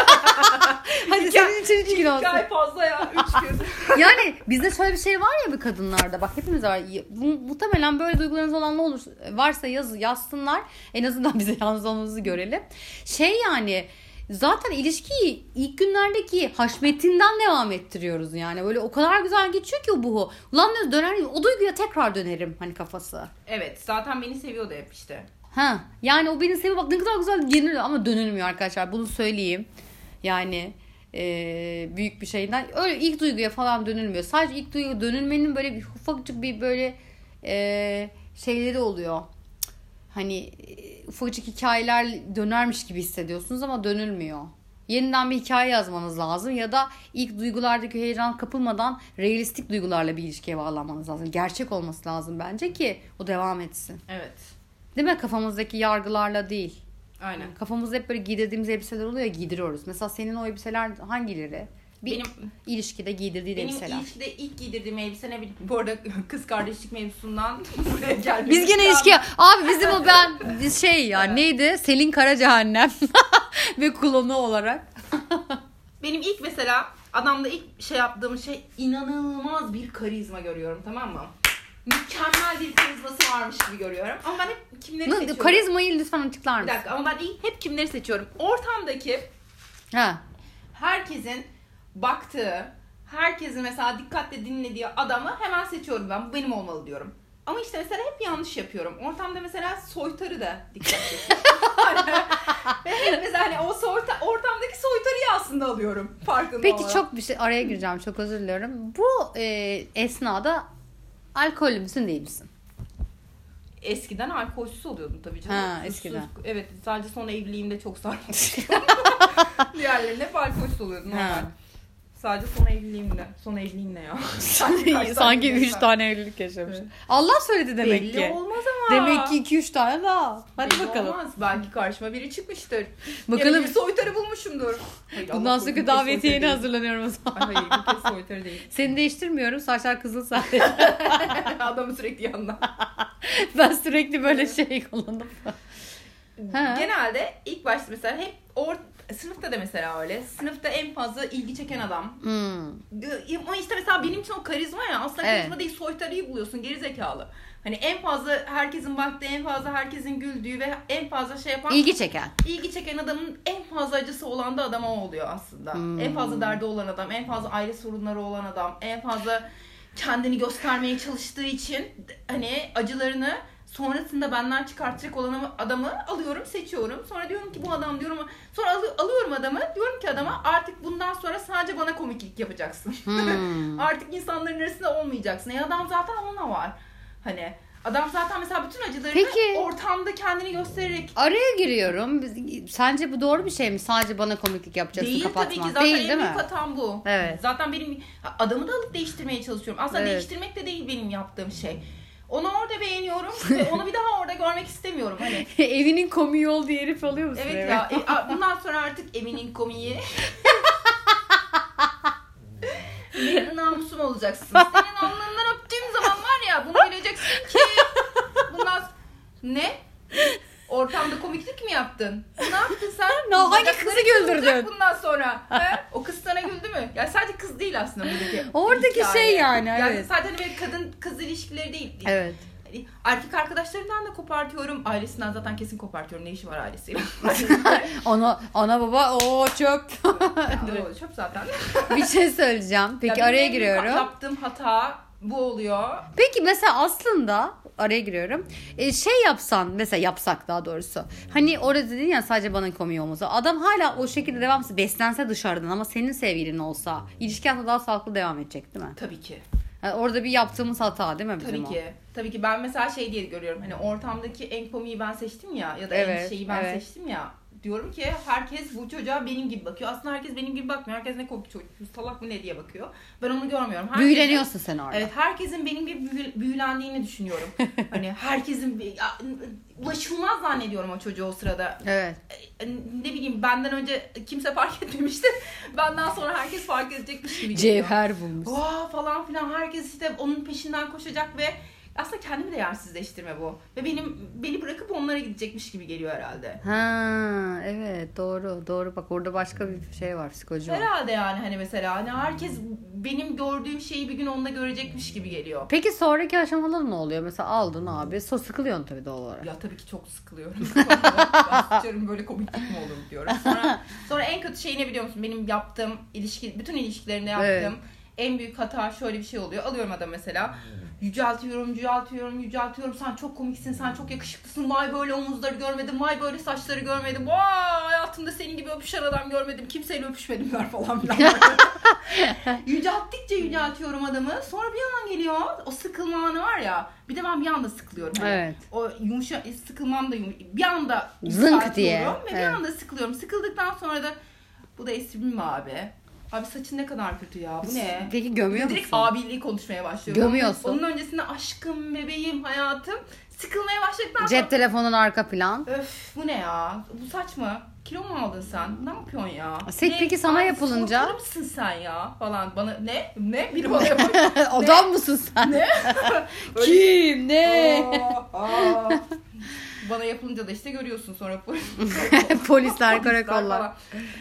Hadi iki senin için üç gün olsun. İki ay fazla ya üç gün. Yani bizde şöyle bir şey var ya bir kadınlarda. Bak hepimiz var. Muhtemelen böyle duygularınız olan ne olur varsa yaz, yazsınlar. En azından bize yalnız olmamızı görelim. Şey yani zaten ilişkiyi ilk günlerdeki haşmetinden devam ettiriyoruz yani. Böyle o kadar güzel geçiyor ki o buhu. Ulan ne döner o duyguya tekrar dönerim hani kafası. Evet zaten beni seviyordu hep işte. Ha yani o beni seviyor bak ne kadar güzel yeniliyor ama dönülmüyor arkadaşlar bunu söyleyeyim. Yani e, büyük bir şeyden öyle ilk duyguya falan dönülmüyor. Sadece ilk duyguya dönülmenin böyle bir ufacık bir böyle e, şeyleri oluyor. Hani ufacık hikayeler dönermiş gibi hissediyorsunuz ama dönülmüyor. Yeniden bir hikaye yazmanız lazım ya da ilk duygulardaki heyecan kapılmadan realistik duygularla bir ilişkiye bağlanmanız lazım. Gerçek olması lazım bence ki o devam etsin. Evet. Değil mi? Kafamızdaki yargılarla değil. Aynen. Kafamızda hep böyle giydirdiğimiz elbiseler oluyor ya giydiriyoruz. Mesela senin o elbiseler hangileri? Bir benim ilişkide giydirdiğin benim elbiseler. Benim ilişkide ilk giydirdiğim elbise ne bileyim. Bu arada kız kardeşlik mevzusundan buraya geldik. Biz gene ilişki... Abi bizim o ben biz şey ya neydi? Selin Karacahannem ve klonu olarak. Benim ilk mesela adamda ilk şey yaptığım şey inanılmaz bir karizma görüyorum tamam mı? Mükemmel bir karizması varmış gibi görüyorum. Ama ben hep kimleri N- seçiyorum? Karizmayı lütfen açıklar mısın? Bir dakika ama ben ilk hep kimleri seçiyorum? Ortamdaki Ha. herkesin baktığı, herkesin mesela dikkatle dinlediği adamı hemen seçiyorum ben. Bu benim olmalı diyorum. Ama işte mesela hep yanlış yapıyorum. Ortamda mesela soytarı da dikkat ediyorum. Ve hep mesela hani o soyta, ortamdaki soytarıyı aslında alıyorum. Farkında Peki olarak. çok bir şey araya gireceğim. Çok özür diliyorum. Bu e, esnada alkollü müsün değil misin? Eskiden alkolsüz oluyordum tabii canım. Ha, Susuz, eskiden. evet sadece son evliliğimde çok sarhoştum. Diğerlerinde hep alkolsüz oluyordum normal. Ha. Sadece son evliliğimde. Son evliliğim ne ya? Sanki üç tane evlilik yaşamış. Evet. Allah söyledi demek Belli ki. Belli olmaz ama. Demek ki iki üç tane daha. Hadi Belli bakalım. olmaz. Belki karşıma biri çıkmıştır. Bakalım. Ya bir soytarı bulmuşumdur. Hayır, bundan sonra davetiyeni hazırlanıyorum o zaman. Ay, hayır bir kez soytarı değil. Seni değiştirmiyorum. Saçlar kızıl sadece. Adamı sürekli yanına. Ben sürekli böyle şey kullandım. Genelde ilk başta mesela hep or sınıfta da mesela öyle. Sınıfta en fazla ilgi çeken adam. Hmm. Ama işte mesela benim için o karizma ya. Aslında evet. karizma değil soytarıyı buluyorsun. Gerizekalı. Hani en fazla herkesin baktığı, en fazla herkesin güldüğü ve en fazla şey yapan... İlgi çeken. İlgi çeken adamın en fazla acısı olan da adam o oluyor aslında. Hmm. En fazla derdi olan adam, en fazla aile sorunları olan adam, en fazla kendini göstermeye çalıştığı için hani acılarını sonrasında benden çıkartacak olan adamı alıyorum, seçiyorum. Sonra diyorum ki bu adam diyorum. Sonra al- alıyorum adamı. Diyorum ki adama artık bundan sonra sadece bana komiklik yapacaksın. Hmm. Artık insanların arasında olmayacaksın. Ya adam zaten onunla var. Hani Adam zaten mesela bütün acılarını Peki, ortamda kendini göstererek. Araya giriyorum. Sence bu doğru bir şey mi? Sadece bana komiklik yapacaksın, değil, kapatmak. Değil tabii ki. Zaten değil, en büyük mi? hatam bu. Evet. Zaten benim adamı da alıp değiştirmeye çalışıyorum. Aslında evet. değiştirmek de değil benim yaptığım şey. Onu orada beğeniyorum ve onu bir daha orada görmek istemiyorum. Hani evinin komiği olduğu herif oluyor musun? Evet ya. E, bundan sonra artık evinin komiği. Benim namusum olacaksın. Senin alnından öptüğüm zaman var ya, bunu bileceksin ki bundan ne? Ortamda komiklik mi yaptın? Ne yaptın sen? Ne, hangi kızı güldürdün? Bundan sonra. He? O kız sana güldü mü? Ya sadece kız değil aslında buradaki. Oradaki hikaye. şey yani. Yani evet. sadece böyle kadın kız ilişkileri değil. Evet. Erkek arkadaşlarımdan da kopartıyorum. Ailesinden zaten kesin kopartıyorum. Ne işi var ailesiyle? ana, ana baba o çöp. O çöp zaten. Bir şey söyleyeceğim. Peki ya araya giriyorum. Yaptığım hata bu oluyor. Peki mesela aslında araya giriyorum. E, şey yapsan mesela yapsak daha doğrusu. Hani orada dedin ya sadece bana komiği olmasa. Adam hala o şekilde devam etse, beslense dışarıdan ama senin sevgilin olsa ilişki hatta daha sağlıklı devam edecek değil mi? Tabii ki. Yani orada bir yaptığımız hata değil mi bizim Tabii o? ki. Tabii ki ben mesela şey diye görüyorum. Hani ortamdaki en komiği ben seçtim ya ya da evet, en şeyi ben evet. seçtim ya. Diyorum ki herkes bu çocuğa benim gibi bakıyor. Aslında herkes benim gibi bakmıyor. Herkes ne komik çocuk, salak mı ne diye bakıyor. Ben onu görmüyorum. Herkesin, büyüleniyorsun sen orada. Evet, herkesin benim gibi büyü, büyülendiğini düşünüyorum. Hani herkesin ya, ulaşılmaz zannediyorum o çocuğu o sırada. Evet. Ne bileyim, benden önce kimse fark etmemişti. Benden sonra herkes fark edecekmiş gibi geliyor. Cevher bulmuş. Oha falan filan, herkes işte onun peşinden koşacak ve aslında kendimi değersizleştirme bu. Ve benim beni bırakıp onlara gidecekmiş gibi geliyor herhalde. Ha evet, doğru doğru, bak orada başka bir şey var, psikoloji var. Herhalde yani hani mesela hani herkes benim gördüğüm şeyi bir gün onunla görecekmiş gibi geliyor. Peki sonraki aşamalar ne oluyor? Mesela aldın abi, so sıkılıyorsun tabii doğal olarak. Ya tabii ki çok sıkılıyorum. Ben sıçarım, böyle komiklik mi olur diyorum. Sonra, sonra en kötü şey ne biliyor musun? Benim yaptığım ilişki, bütün ilişkilerimde yaptığım evet. en büyük hata şöyle bir şey oluyor. Alıyorum adam mesela. Yüceltiyorum, yüceltiyorum, yüceltiyorum. Sen çok komiksin, sen çok yakışıklısın. Vay böyle omuzları görmedim, vay böyle saçları görmedim. Vay hayatımda senin gibi öpüşen adam görmedim. Kimseyle öpüşmedim ver falan filan. Yücelttikçe yüceltiyorum adamı. Sonra bir an geliyor, o sıkılma anı var ya. Bir de ben bir anda sıkılıyorum. Hani evet. O yumuşa, sıkılmam da yumuşa. Bir anda zınk diye. Ve evet. bir anda sıkılıyorum. Sıkıldıktan sonra da bu da esprim mi abi? Abi saçın ne kadar kötü ya. Bu ne? Peki gömüyor musun? Direkt abiliği konuşmaya başlıyorum. Gömüyorsun. Onun, onun öncesinde aşkım, bebeğim, hayatım. Sıkılmaya başladıktan sonra. Cep telefonun arka plan. Öf, bu ne ya? Bu saç mı? Kilo mu aldın sen? Ne yapıyorsun ya? Set peki sana Ay, yapılınca? Sportlu musun sen ya? Falan. Bana ne? Ne? Biri bana yapıyor. Adam mısın sen? Ne? Kim? Ne? Aa, aa. Bana yapılınca da işte görüyorsun sonra. Polisler, karakollar.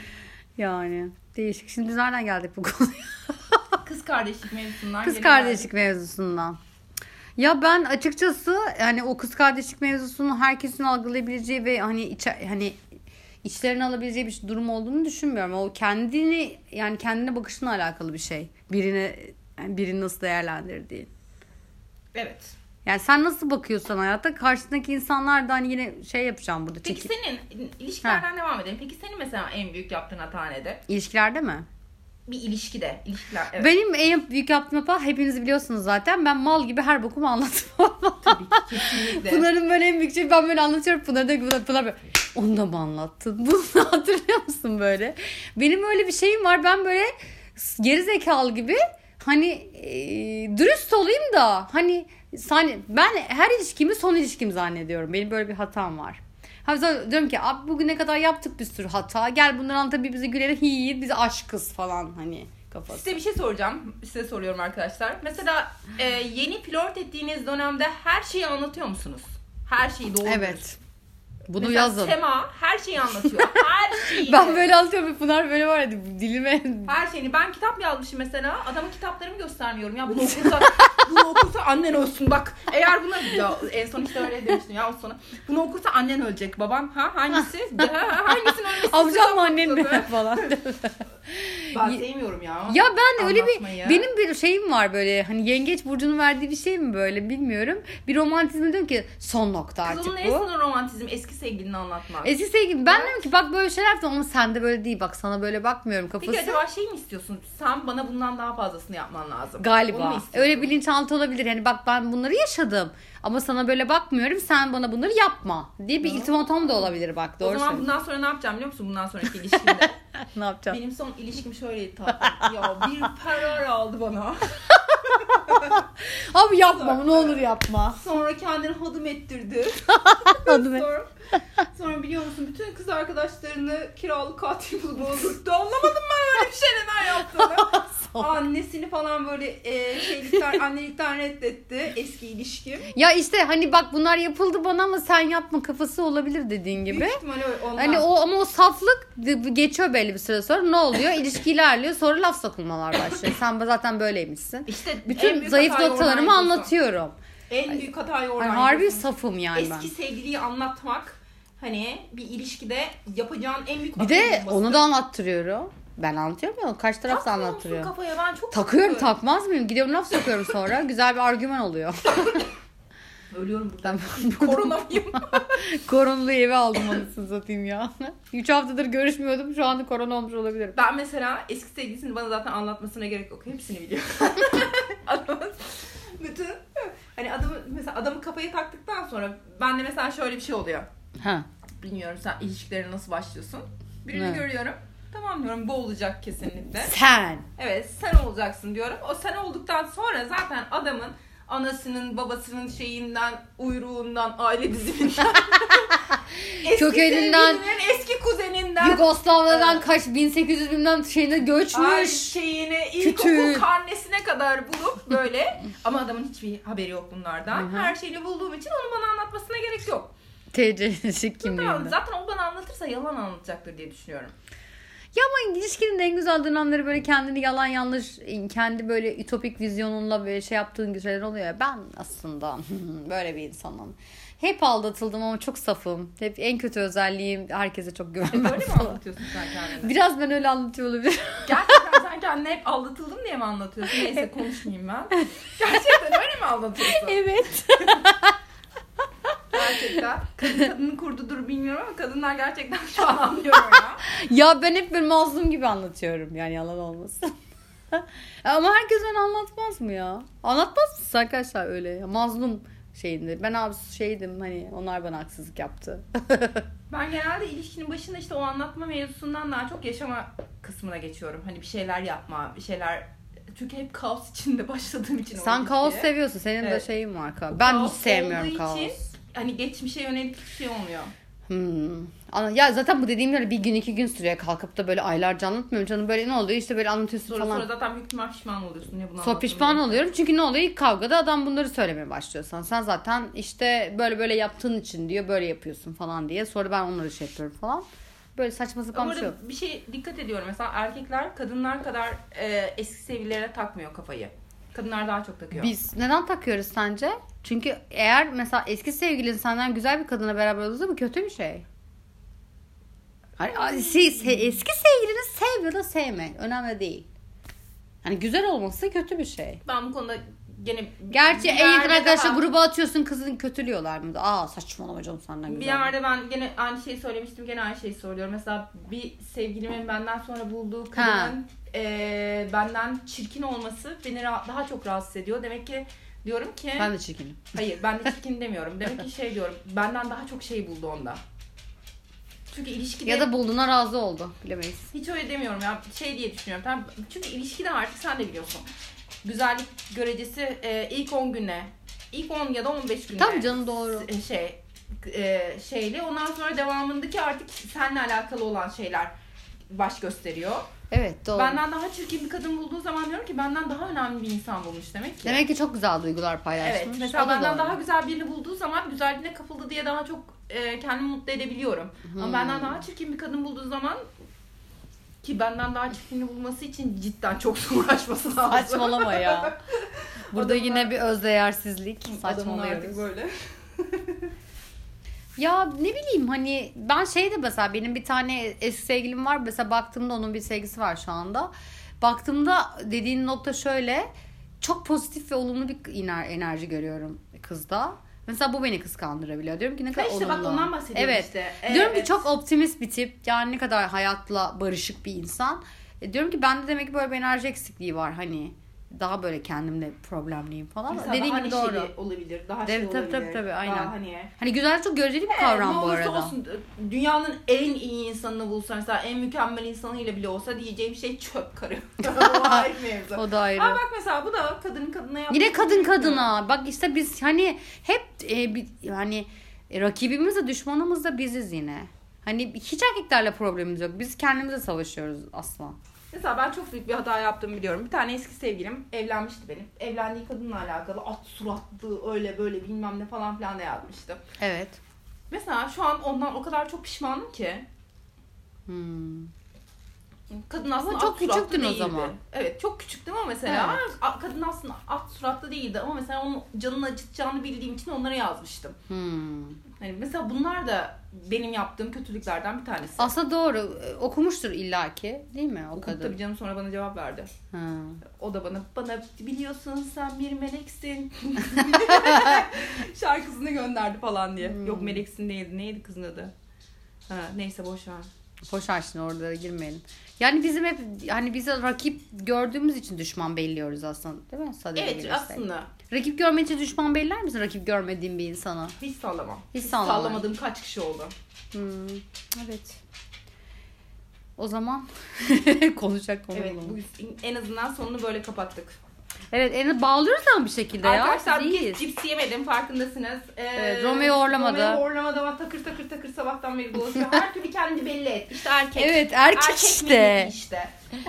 Yani değişik. Şimdi nereden geldik bu konuya? Kız kardeşlik mevzusundan. Kız kardeşlik mevzusundan. Ya ben açıkçası hani o kız kardeşlik mevzusunu herkesin algılayabileceği ve hani iç, hani içlerine alabileceği bir durum olduğunu düşünmüyorum. O kendini yani kendine bakışına alakalı bir şey. Birine yani birini nasıl değerlendirdiğin. Evet. Yani sen nasıl bakıyorsan hayata, karşısındaki insanlar da hani yine şey yapacağım burada. Peki çekip... senin ilişkilerden ha. devam edelim. Peki senin mesela en büyük yaptığın hata nedir? İlişkilerde mi? Bir ilişkide. İlişkiler, evet. Benim en büyük yaptığım hata, hepiniz biliyorsunuz zaten. Ben mal gibi her bokumu anlatmam. Tabii ki, kesinlikle. Pınar'ın böyle en büyük şey, ben böyle anlatıyorum. Pınar da Pınar, Pınar böyle, onu da mı anlattın? Bunu hatırlıyor musun böyle? Benim öyle bir şeyim var. Ben böyle geri zekalı gibi hani e, dürüst olayım da hani ben her ilişkimi son ilişkim zannediyorum. Benim böyle bir hatam var. Ha diyorum ki abi bugüne kadar yaptık bir sürü hata. Gel bunları anlatıp bize gülelim. Hi biz aşkız falan hani kafası. Size bir şey soracağım. Size soruyorum arkadaşlar. Mesela e, yeni flört ettiğiniz dönemde her şeyi anlatıyor musunuz? Her şeyi doğru. Evet. Bunu mesela yazın. Sema her şeyi anlatıyor. Her şeyi. Ben böyle anlatıyorum. Pınar böyle var ya dilime. Her şeyini. Ben kitap yazmışım mesela. Adama kitaplarımı göstermiyorum. Ya bunu okursa, bunu okursa annen ölsün bak. Eğer buna ya en son işte öyle demiştim ya o sonu. Bunu okursa annen ölecek. Baban ha hangisi? ha, hangisinin ölmesi? Amcam mı annen mi falan. Ben sevmiyorum ya. Ya ben öyle bir benim bir şeyim var böyle hani yengeç burcunun verdiği bir şey mi böyle bilmiyorum. Bir romantizm diyorum ki son nokta artık Kızım, bu. Kızım neresinde romantizm? Eski sevgilini anlatmak. Eski sevgilim. Ben diyorum ki bak böyle şeyler yaptım ama sende böyle değil. Bak sana böyle bakmıyorum kafası. Peki acaba şey mi istiyorsun? Sen bana bundan daha fazlasını yapman lazım. Galiba. Öyle bilinçaltı altı olabilir. Yani bak ben bunları yaşadım ama sana böyle bakmıyorum, sen bana bunları yapma diye bir ultimatom da olabilir bak. Doğru o zaman söylüyorsun. bundan sonra ne yapacağım biliyor musun? Bundan sonraki ilişkimde. Ne yapacağım? Benim son ilişkim şöyleydi tatlım. Ya bir karar aldı bana. Abi yapma, ne olur yapma. Sonra kendini hadım ettirdi. Hadım et. sonra, sonra biliyor musun bütün kız arkadaşlarını kiralık katil bulup öldürttü. Anlamadım ben öyle bir şey neden yaptığını. Annesini falan böyle e, şeylikten, annelikten reddetti eski ilişkim. Ya işte hani bak bunlar yapıldı bana ama sen yapma kafası olabilir dediğin gibi. Büyük ihtimalle öyle ondan. Hani o ama o saflık geçiyor belli bir süre sonra, ne oluyor? İlişki ilerliyor, sonra laf sokulmalar başlıyor. Sen zaten böyleymişsin. İşte bütün zayıf noktalarımı anlatıyorum. En büyük hatayı oradan hani harbi safım yani eski ben. Eski sevgiliyi anlatmak hani bir ilişkide yapacağın en büyük bir de onu da anlattırıyorum. Ben anlatıyorum ya, kaç taraf da anlattırıyor. Kafaya ben çok takıyorum, takmaz mıyım? Gidiyorum laf sokuyorum sonra. Güzel bir argüman oluyor. Ölüyorum buradan. Korona mıyım? Koronalı eve aldım anasını satayım ya. üç haftadır görüşmüyordum. Şu anda korona olmuş olabilirim. Ben mesela eski sevgilisini bana zaten anlatmasına gerek yok. Hepsini biliyorum. Adamın bütün hani adamı mesela adamı kafaya taktıktan sonra bende mesela şöyle bir şey oluyor. Ha. Bilmiyorum sen ilişkilerine nasıl başlıyorsun? Birini Evet. görüyorum. Tamam diyorum, bu olacak kesinlikle. Sen. Evet, sen olacaksın diyorum. O sen olduktan sonra zaten adamın anasının, babasının şeyinden, uyruğundan, aile diziminden, eski kökeninden, eski kuzeninden, Yugoslavyadan evet. kaç bin sekiz yüz bilmem şeyine göçmüş. Ay şeyini, ilkokul karnesine kadar bulup böyle ama adamın hiçbir haberi yok bunlardan. Hı-hı. Her şeyini bulduğum için onun bana anlatmasına gerek yok. T C'si kimliğinde. Zaten o bana anlatırsa yalan anlatacaktır diye düşünüyorum. Ya ama ilişkinin en güzel dönemleri böyle kendini yalan yanlış, kendi böyle ütopik vizyonunla böyle şey yaptığın güzeller oluyor ya. Ben aslında böyle bir insanım. Hep aldatıldım ama çok safım. Hep en kötü özelliğim herkese çok güvenmem. E böyle mi anlatıyorsun sen kendine? Biraz ben öyle anlatıyor olabilirim. Gerçekten sen kendine hep aldatıldım diye mi anlatıyorsun? Neyse konuşmayayım ben. Gerçekten öyle mi anlatıyorsun? Evet. Gerçekten. Kadın kadının kurdudur bilmiyorum ama kadınlar gerçekten şu an anlıyorum ya. Ya ben hep bir mazlum gibi anlatıyorum yani, yalan olmasın. Ama herkes beni anlatmaz mı ya? Anlatmaz mısın arkadaşlar öyle ya? Mazlum şeyinde. Ben abi şeydim hani, onlar bana haksızlık yaptı. Ben genelde ilişkinin başında işte o anlatma mevzusundan daha çok yaşama kısmına geçiyorum. Hani bir şeyler yapma, bir şeyler... Çünkü hep kaos içinde başladığım için. Sen kaos seviyorsun. Senin evet. de şeyin var. Kaos. Ben kaos hiç sevmiyorum kaos. Için, hani geçmişe yönelik hiçbir şey olmuyor. Hmm. Ya zaten bu dediğim böyle bir gün iki gün sürüyor. Kalkıp da böyle aylarca anlatmıyorum canım. Böyle ne oluyor işte böyle anlatıyorsun sonra, falan. Sonra zaten büyük ihtimal pişman oluyorsun. Ya bunu sonra pişman diye. oluyorum. Çünkü ne oluyor? İlk kavgada adam bunları söylemeye başlıyorsan. Sen zaten işte böyle böyle yaptığın için diyor. Böyle yapıyorsun falan diye. Sonra ben onları şey yapıyorum falan. Böyle saçma sapan bir şey yok. Bir şey dikkat ediyorum. Mesela erkekler kadınlar kadar e, eski sevgililerine takmıyor kafayı. Kadınlar daha çok takıyor. Biz neden takıyoruz sence? Çünkü eğer mesela eski sevgilin senden güzel bir kadına beraber olursa bu kötü bir şey. Hani eski sevgilini sev ya da sevme. Önemli değil. Hani güzel olması kötü bir şey. Ben bu konuda gene... Gerçi en yakın arkadaşlar gruba atıyorsun, kızını kötülüyorlar mı? Aa saçmalama canım senden güzel. Bir yerde ben gene aynı şeyi söylemiştim. Gene aynı şeyi söylüyorum. Mesela bir sevgilimin benden sonra bulduğu kadının e, benden çirkin olması beni daha çok rahatsız ediyor. Demek ki diyorum ki... Ben de çirkinim. Hayır, ben de çirkin demiyorum. Demek ki şey diyorum. Benden daha çok şey buldu onda. Çünkü ilişkide... Ya da bulduğuna razı oldu. Bilemeyiz. Hiç öyle demiyorum ya. Şey diye düşünüyorum. Tamam. Çünkü ilişkide artık sen de biliyorsun. Güzellik görecesi e, ilk on güne, ilk on ya da on beş güne. Tabii canım, doğru. Şey, e, şeyli. Ondan sonra devamındaki artık seninle alakalı olan şeyler baş gösteriyor. Evet, doğru. Benden daha çirkin bir kadın bulduğu zaman diyorum ki benden daha önemli bir insan bulmuş demek ki. Demek ki çok güzel duygular paylaşmış. Evet. Mesela benden daha güzel birini bulduğu zaman güzelliğine kapıldı diye daha çok e, kendimi mutlu edebiliyorum. Hmm. Ama benden daha çirkin bir kadın bulduğu zaman, ki benden daha çirkinini bulması için cidden çok uğraşması lazım. Saçmalama ya. Burada adamlar, yine bir özdeğersizlik. Saçmalıyoruz. Artık böyle. Ya ne bileyim hani ben şey de mesela benim bir tane eski sevgilim var. Mesela baktığımda onun bir sevgisi var şu anda. Baktığımda dediğin nokta şöyle. Çok pozitif ve olumlu bir enerji görüyorum kızda. Mesela bu beni kıskandırabiliyor. Diyorum ki ne kadar işte olumlu. Bak ondan bahsediyorum evet. işte. Evet. Diyorum ki çok optimist bir tip. Yani ne kadar hayatla barışık bir insan. E diyorum ki bende demek ki böyle bir enerji eksikliği var hani. daha böyle kendimle problemliyim falan. Mesela Dediğin daha gibi doğru. neşeli olabilir. Daha Evet, şey tabii, olabilir. tabii, tabii, aynen. Daha hani... Hani güzel çok göreceli bir kavram evet, bu arada. Olsun, dünyanın en iyi insanını bulsa mesela en mükemmel insanıyla bile olsa diyeceğim şey çöp karı. O ayrı mevzu. O da ayrı. Ama bak mesela bu da kadının kadına yaptığı. Yine kadın kadına. Bak işte biz hani hep e, bir, hani e, rakibimiz de düşmanımız da biziz yine. Hani hiç erkeklerle problemimiz yok. Biz kendimize savaşıyoruz asla. Mesela ben çok büyük bir hata yaptığımı biliyorum. Bir tane eski sevgilim evlenmişti benim. Evlendiği kadınla alakalı at suratlı öyle böyle bilmem ne falan filan da yazmıştı. Evet. Mesela şu an ondan o kadar çok pişmanım ki. Hmm. Kadın aslında ama çok at suratlı küçüktün değildi. o zaman. Evet çok küçüktüm ama mesela evet. kadın aslında at suratlı değildi ama mesela onun canını acıtacağını bildiğim için onlara yazmıştım. Hmm. Yani mesela bunlar da benim yaptığım kötülüklerden bir tanesi. Aslında doğru. Okumuştur illaki, değil mi o Okuduk kadın? tabii canım, sonra bana cevap verdi. Ha. O da bana bana biliyorsun sen bir meleksin şarkısını gönderdi falan diye. Hmm. Yok meleksin değildi. Neydi kızın adı? Ha, neyse boş ver. Boş ver şimdi, oralara girmeyelim. Yani bizim hep hani bize rakip gördüğümüz için düşman belliyoruz aslında, değil mi? Sadece evet bilirsek. aslında. Rakip görmen için düşman belirler misin rakip görmediğin bir insana? Hiç sallamam. Hiç, Hiç sallamam. sallamadığım kaç kişi oldu. Hmm, evet. O zaman konuşacak konu evet, bulalım. bu, en azından sonunu böyle kapattık. Evet, en bağlıyoruz ama bir şekilde ya. Arkadaşlar bir kez cips yemedim, farkındasınız. Ee, evet, Romeo horlamadı. Romeo horlamadı ama takır takır takır sabahtan beri dolaşıyor. Her türlü kendini belli et. İşte erkek. Evet, erkek, erkek işte. işte.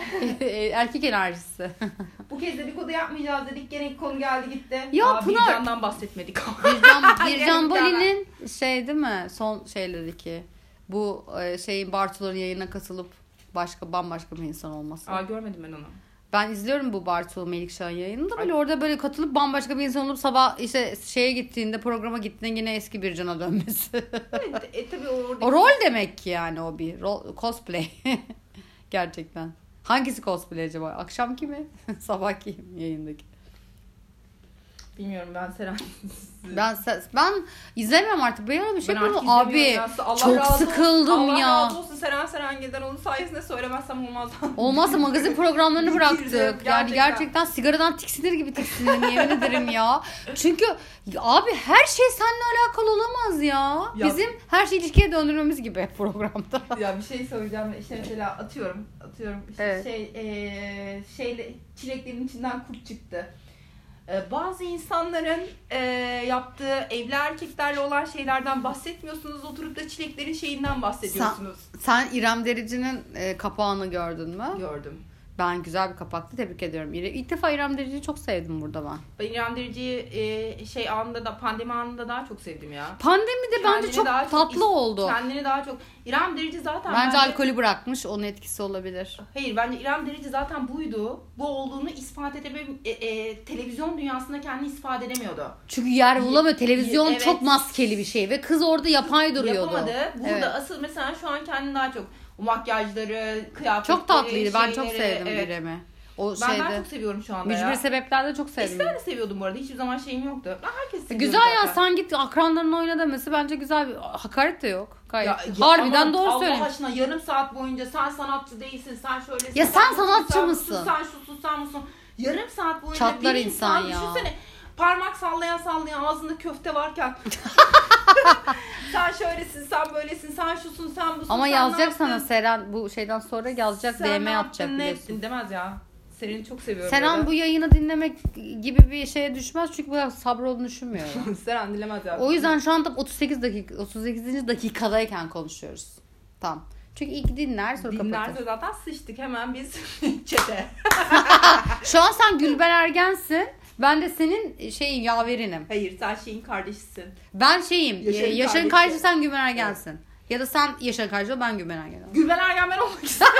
Erkek enerjisi. Bu kez dedikodu yapmayacağız dedik. Gene konu geldi gitti. Ya Aa, Pınar. Bircan'dan bahsetmedik. Bircan, Bircan Boli'nin şey değil mi? Son şeyleri bu şeyin Bartuların yayına katılıp başka bambaşka bir insan olması. Aa, görmedim ben onu. Ben izliyorum bu Bartu Melikşah'ın yayınını da böyle Ay. orada böyle katılıp bambaşka bir insan olup sabah işte şeye gittiğinde, programa gittiğinde yine eski bir cana dönmesi. Evet, e, tabii o, o rol demek ki yani, o bir rol, cosplay. Gerçekten. Hangisi cosplay acaba? Akşamki mi? Sabahki yayındaki. Bilmiyorum ben Seren. Ben ben izlemiyorum artık. Ben öyle bir şey yapıyorum. Abi ya. çok sıkıldım Allah ya. Allah razı olsun Seren Serengil'den, onun sayesinde söylemezsem olmaz. Olmazsa magazin programlarını bıraktık. Gerçekten. Yani gerçekten sigaradan tiksinir gibi tiksindim, yemin ederim ya. Çünkü abi her şey seninle alakalı olamaz ya. ya. Bizim her şeyi ilişkiye döndürmemiz gibi programda. Ya bir şey söyleyeceğim. İşte mesela atıyorum. Atıyorum işte evet. şey ee, şeyle çileklerin içinden kurt çıktı. Bazı insanların e, yaptığı evli erkeklerle olan şeylerden bahsetmiyorsunuz. Oturup da çileklerin şeyinden bahsediyorsunuz. Sen, sen İrem Derici'nin e, kapağını gördün mü? Gördüm. Ben güzel bir kapaktı. Tebrik ediyorum. İlk defa İrem Derici'yi çok sevdim burada ben. Ben İrem Derici'yi e, şey anında da pandemi anında daha çok sevdim ya. Pandemi de bence çok tatlı çok, oldu. Kendini daha çok. İrem Derici zaten bence, bence alkolü bırakmış. Onun etkisi olabilir. Hayır, bence İrem Derici zaten buydu. Bu olduğunu ispat edemiyor. E, e, televizyon dünyasında kendini ispat edemiyordu. Çünkü yer bulamıyor. Televizyon evet. çok maskeli bir şey ve kız orada yapay duruyordu. Yapamadı. Burada evet. Asıl mesela şu an kendini daha çok o makyajları, kıyafetleri, çok tatlıydı. Şeyleri, ben çok sevdim evet. İrem'i. O ben şeyde, daha çok seviyorum şu anda Mücbir ya. Sebeplerde çok sevdim. Eskiden de seviyordum bu arada. Hiçbir zaman şeyim yoktu. Ben herkes seviyordum. Güzel zaten. Ya, sen git akranların oyna demesi bence güzel bir hakaret de yok. Gayet. Ya, harbiden ama doğru söylüyorsun. Allah aşkına yarım saat boyunca sen sanatçı değilsin, sen şöylesin. Ya sen sanatçı sen mısın? Musun, sen şusun, sen musun? Yarım saat boyunca çatlar bir insan, insan ya. Düşünsene parmak sallayan sallayan ağzında köfte varken sen şöylesin, sen böylesin, sen şusun, sen busun. Ama sen yazacak sana Seren bu şeyden sonra yazacak, sen D M atacak biliyorsun. Demez ya. Seren'i çok seviyorum. Seren böyle. Bu yayını dinlemek gibi bir şeye düşmez çünkü bu sabrı olduğunu düşünmüyorum. Seren dinlemez ya. O yüzden şu an tam otuz sekiz dakika otuz sekizinci dakikadayken konuşuyoruz. Tamam. Çünkü ilk dinler sonra kapatır. Dinlerse zaten sıçtık hemen biz çete. Şu an sen Gülben Ergen'sin. Ben de senin şeyin yaverinim. Hayır, sen şeyin kardeşisin. Ben şeyim. Yaşar'ın, Yaşar'ın kardeşi, sen Gülben Ergen'sin. Evet. Ya da sen Yaşar'ın kardeşi, ben Gülben Ergen'im. Gülben Ergen ben olmak istiyorum.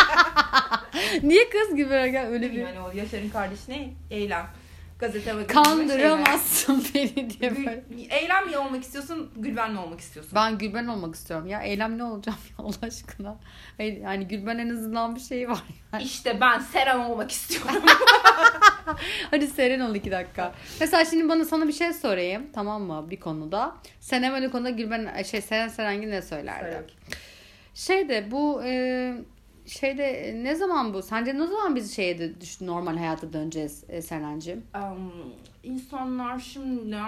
Niye kız Gülben Ergen öyle bir? Yani o Yaşar'ın kardeşi ne? Eylem. Gazete kandıramazsın beni diye böyle. Eylem mi olmak istiyorsun, Gülben mi olmak istiyorsun? Ben Gülben olmak istiyorum ya. Eylem ne olacağım ya Allah aşkına. Yani Gülben en azından bir şey var yani. İşte ben Seren olmak istiyorum. Hadi Seren ol iki dakika. Mesela şimdi bana sana bir şey sorayım, tamam mı, bir konuda. Sen hemen o konuda Gülben şey Seren Serengil ne söylerdi? Söyle. Şeyde bu e, şeyde ne zaman bu? Sence ne zaman biz şeye de düş, normal hayata döneceğiz e, Serencim? Um, insanlar şimdi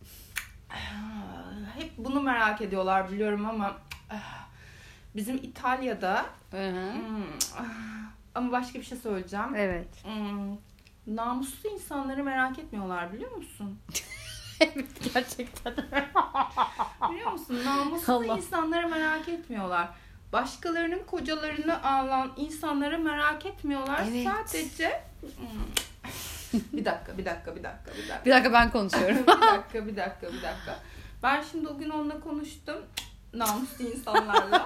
hep bunu merak ediyorlar biliyorum ama bizim İtalya'da Hı-hı. ama başka bir şey söyleyeceğim. Evet. Namuslu insanları merak etmiyorlar biliyor musun? Evet gerçekten. Biliyor musun? Namuslu Allah. insanları merak etmiyorlar. Başkalarının kocalarını alan insanları merak etmiyorlar. Evet. Sadece bir dakika, bir dakika, bir dakika, bir dakika. Bir dakika ben konuşuyorum. bir dakika, bir dakika, bir dakika. Ben şimdi o gün onunla konuştum. Namuslu insanlarla.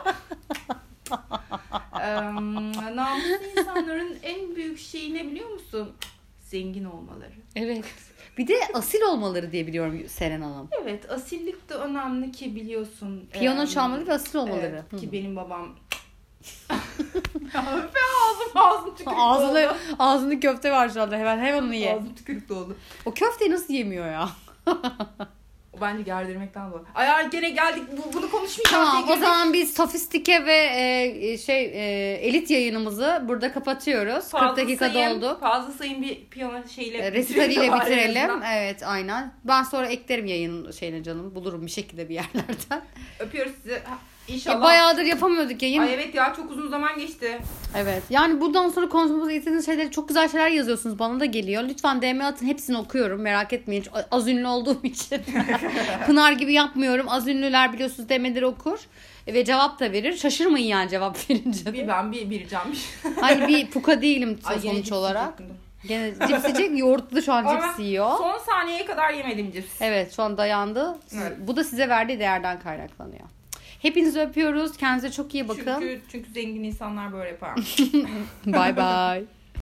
ee, namuslu insanların en büyük şeyi ne biliyor musun? Zengin olmaları. Evet. Bir de asil olmaları diye biliyorum Seren Hanım. Evet, asillik de önemli ki biliyorsun. Piyano Ee, çalmaları ve asil olmaları. Evet, ki Hı. benim babam ya öpe ağzım ağzım tükürük Ağzında, doldu. ağzında köfte var şu anda. Hemen hemen onu ye. Ağzım tükürük doldu. O köfteyi nasıl yemiyor ya? O bence gerdirmekten dolayı. Ay ay, gene geldik bu, bunu konuşmayacağız. Tamam diye o zaman biz sofistike ve e, şey e, elit yayınımızı burada kapatıyoruz. Fazla kırk dakika sayın, doldu. Fazla sayın bir piyano şeyle E, Resitaliyle bari en bitirelim. azından. Evet aynen. Ben sonra eklerim yayının şeyine canım. Bulurum bir şekilde bir yerlerden. Öpüyoruz sizi. Ha, E, İnşallah. bayağıdır yapamıyorduk yayın. Ay evet ya, çok uzun zaman geçti. Evet. Yani buradan sonra konuşmamızı istediğiniz şeyleri çok güzel şeyler yazıyorsunuz. Bana da geliyor. Lütfen D M atın. Hepsini okuyorum. Merak etmeyin. Hiç az ünlü olduğum için. Pınar gibi yapmıyorum. Az ünlüler biliyorsunuz D M'leri okur. Ve cevap da verir. Şaşırmayın yani cevap verince de. Bir ben bir bir cammış. Hayır bir puka değilim Ay, gene sonuç cips olarak. yiyecektim. Gene cips yiyecek. Yoğurtlu şu an Ama cips yiyor. Son saniyeye kadar yemedim cips. Evet şu an dayandı. Evet. Bu da size verdiği değerden kaynaklanıyor. Hepinizi öpüyoruz. Kendinize çok iyi bakın. Çünkü, çünkü zengin insanlar böyle yapar. Bye bye.